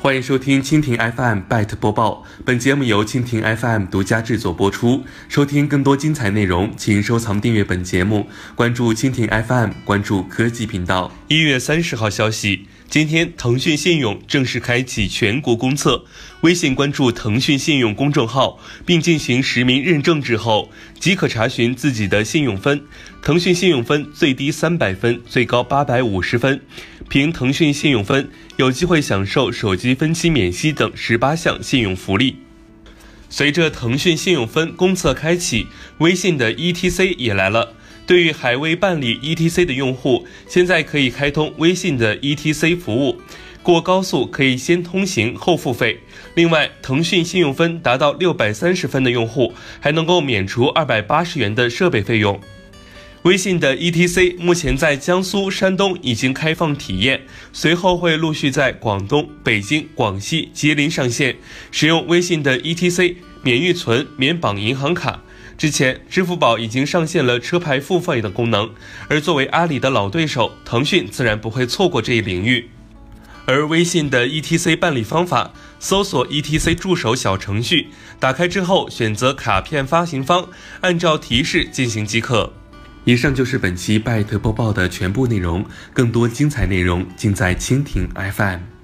欢迎收听蜻蜓 FM Byte 播报，本节目由蜻蜓 FM 独家制作播出。收听更多精彩内容，请收藏订阅本节目，关注蜻蜓 FM， 关注科技频道。1月30号消息，今天腾讯信用正式开启全国公测，微信关注腾讯信用公众号，并进行实名认证之后，即可查询自己的信用分。腾讯信用分最低300分，最高850分。凭腾讯信用分，有机会享受手机分期免息等18项信用福利。随着腾讯信用分公测开启，微信的 ETC 也来了。对于还未办理 ETC 的用户，现在可以开通微信的 ETC 服务，过高速可以先通行后付费。另外，腾讯信用分达到630分的用户，还能够免除280元的设备费用。微信的 ETC 目前在江苏、山东已经开放体验，随后会陆续在广东、北京、广西、吉林上线。使用微信的 ETC 免预存、免绑银行卡。之前，支付宝已经上线了车牌付费的功能，而作为阿里的老对手，腾讯自然不会错过这一领域。而微信的 ETC 办理方法，搜索 ETC 助手小程序，打开之后选择卡片发行方，按照提示进行即可。以上就是本期拜特播报的全部内容，更多精彩内容尽在蜻蜓 FM。